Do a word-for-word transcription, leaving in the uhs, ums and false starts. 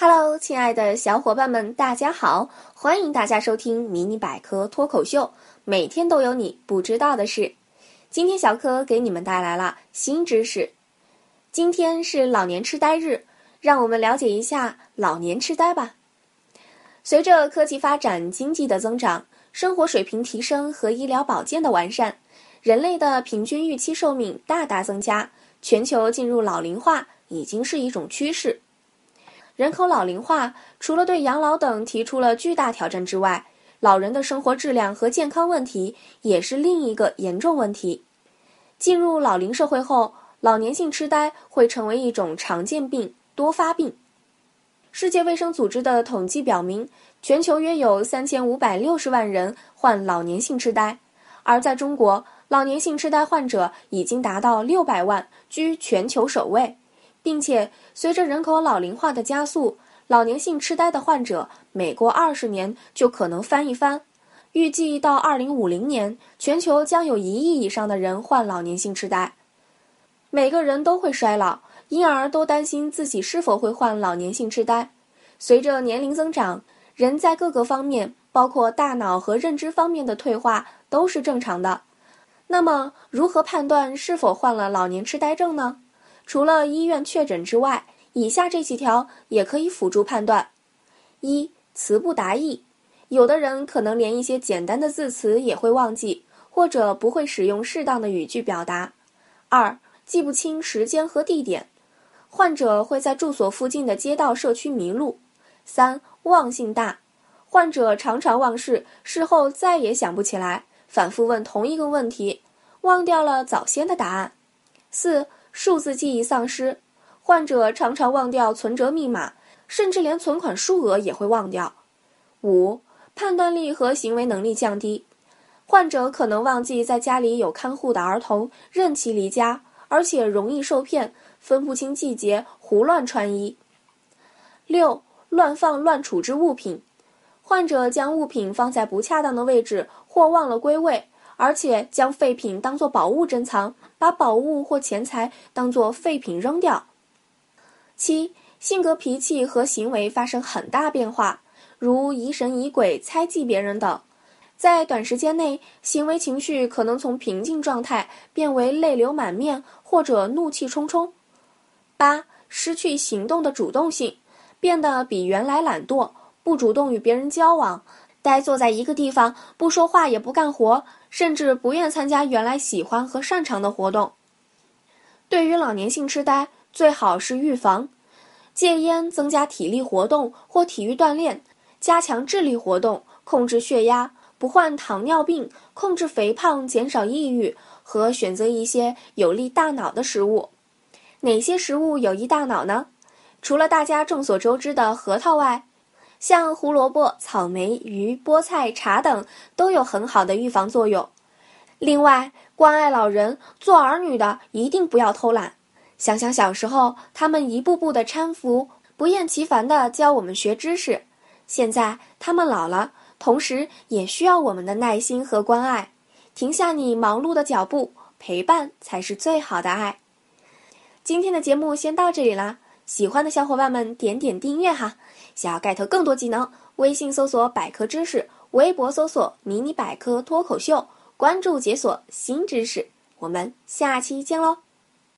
Hello， 亲爱的小伙伴们，大家好！欢迎大家收听迷你百科脱口秀，每天都有你不知道的事。今天小柯给你们带来了新知识。今天是老年痴呆日，让我们了解一下老年痴呆吧。随着科技发展、经济的增长、生活水平提升和医疗保健的完善，人类的平均预期寿命大大增加，全球进入老龄化已经是一种趋势。人口老龄化除了对养老等提出了巨大挑战之外，老人的生活质量和健康问题也是另一个严重问题。进入老龄社会后，老年性痴呆会成为一种常见病、多发病。世界卫生组织的统计表明，全球约有三千五百六十万人患老年性痴呆，而在中国，老年性痴呆患者已经达到六百万，居全球首位。并且随着人口老龄化的加速，老年性痴呆的患者每过二十年就可能翻一番。预计到二零五零年，全球将有一亿以上的人患老年性痴呆。每个人都会衰老，因而都担心自己是否会患老年性痴呆。随着年龄增长，人在各个方面，包括大脑和认知方面的退化都是正常的。那么，如何判断是否患了老年痴呆症呢？除了医院确诊之外，以下这几条也可以辅助判断。一、词不达意，有的人可能连一些简单的字词也会忘记，或者不会使用适当的语句表达。二、记不清时间和地点，患者会在住所附近的街道社区迷路。三、忘性大，患者常常忘事，事后再也想不起来，反复问同一个问题，忘掉了早先的答案。四、数字记忆丧失，患者常常忘掉存折密码，甚至连存款数额也会忘掉。五、判断力和行为能力降低，患者可能忘记在家里有看护的儿童，任其离家，而且容易受骗，分不清季节，胡乱穿衣。六、乱放乱处置物品，患者将物品放在不恰当的位置或忘了归位，而且将废品当作宝物珍藏，把宝物或钱财当作废品扔掉。七、性格脾气和行为发生很大变化，如疑神疑鬼、猜忌别人等。在短时间内，行为情绪可能从平静状态变为泪流满面或者怒气冲冲。八、失去行动的主动性，变得比原来懒惰，不主动与别人交往，呆坐在一个地方，不说话也不干活，甚至不愿参加原来喜欢和擅长的活动。对于老年性痴呆，最好是预防，戒烟，增加体力活动或体育锻炼，加强智力活动，控制血压，不患糖尿病，控制肥胖，减少抑郁，和选择一些有利大脑的食物。哪些食物有益大脑呢？除了大家众所周知的核桃外，像胡萝卜、草莓、鱼、菠菜、茶等都有很好的预防作用。另外，关爱老人，做儿女的一定不要偷懒。想想小时候，他们一步步的搀扶，不厌其烦地教我们学知识。现在他们老了，同时也需要我们的耐心和关爱。停下你忙碌的脚步，陪伴才是最好的爱。今天的节目先到这里啦，喜欢的小伙伴们点点订阅哈。想要 get 更多技能，微信搜索百科知识，微博搜索迷你百科脱口秀，关注解锁新知识。我们下期见喽！